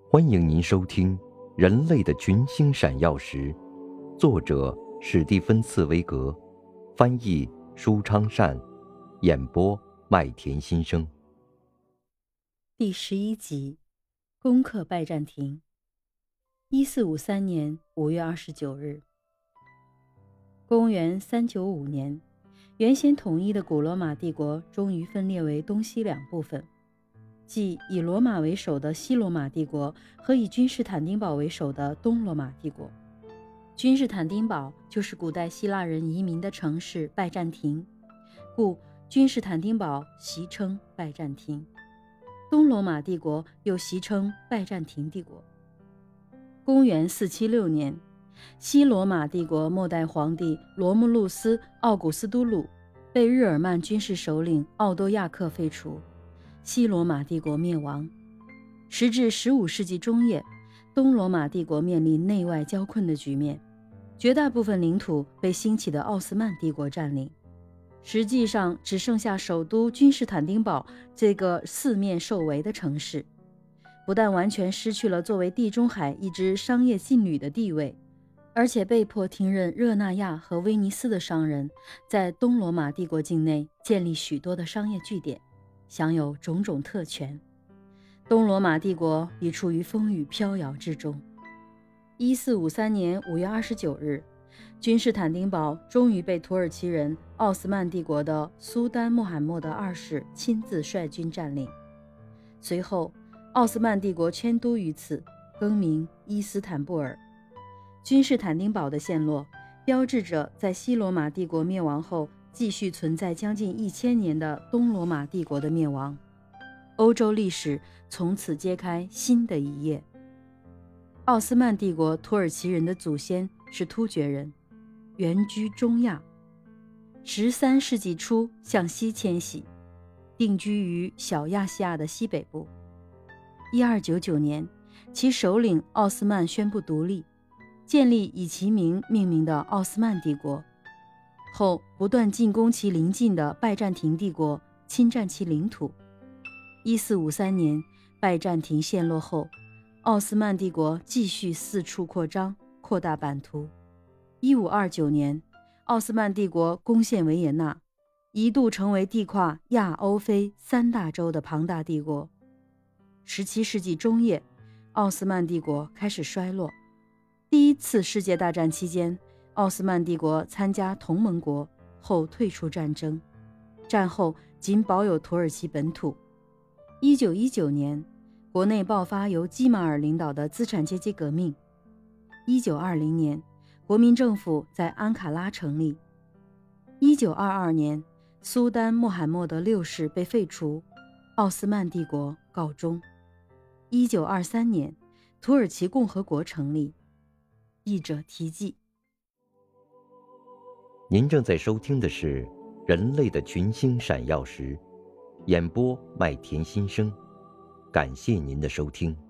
欢迎您收听《人类的群星闪耀时》，作者史蒂芬·茨威格，翻译舒昌善，演播麦田心声。 第11集，攻克拜占庭。1453年5月29日，公元395年，原先统一的古罗马帝国终于分裂为东西两部分，即以罗马为首的西罗马帝国和以君士坦丁堡为首的东罗马帝国。君士坦丁堡就是古代希腊人移民的城市拜占庭，故君士坦丁堡习称拜占庭。东罗马帝国又习称拜占庭帝国。公元476年，西罗马帝国末代皇帝罗慕路斯·奥古斯都鲁被日耳曼军事首领奥多亚克废除，西罗马帝国灭亡。时至15世纪中叶，东罗马帝国面临内外交困的局面，绝大部分领土被兴起的奥斯曼帝国占领，实际上只剩下首都君士坦丁堡这个四面受围的城市。不但完全失去了作为地中海一支商业劲旅的地位，而且被迫听任热那亚和威尼斯的商人在东罗马帝国境内建立许多的商业据点，享有种种特权。东罗马帝国已处于风雨飘摇之中。1453年5月29日，君士坦丁堡终于被土耳其人奥斯曼帝国的苏丹穆罕默德二世亲自率军占领。随后，奥斯曼帝国迁都于此，更名伊斯坦布尔。君士坦丁堡的陷落，标志着在西罗马帝国灭亡后继续存在将近1000年的东罗马帝国的灭亡。欧洲历史从此揭开新的一页。奥斯曼帝国土耳其人的祖先是突厥人，原居中亚，13世纪初向西迁徙，定居于小亚细亚的西北部。1299年，其首领奥斯曼宣布独立，建立以其名命名的奥斯曼帝国，后不断进攻其邻近的拜占庭帝国，侵占其领土。1453年，拜占庭陷落后，奥斯曼帝国继续四处扩张，扩大版图。1529年，奥斯曼帝国攻陷维也纳，一度成为地跨亚欧非三大洲的庞大帝国。17世纪中叶，奥斯曼帝国开始衰落。第一次世界大战期间，奥斯曼帝国参加同盟国后退出战争，战后仅保有土耳其本土。1919年，国内爆发由基马尔领导的资产阶级革命。1920年，国民政府在安卡拉成立。1922年，苏丹穆罕默德六世被废除，奥斯曼帝国告终。1923年，土耳其共和国成立。译者题记。 您正在收听的是《人类的群星闪耀时》，演播麦田心声。感谢您的收听。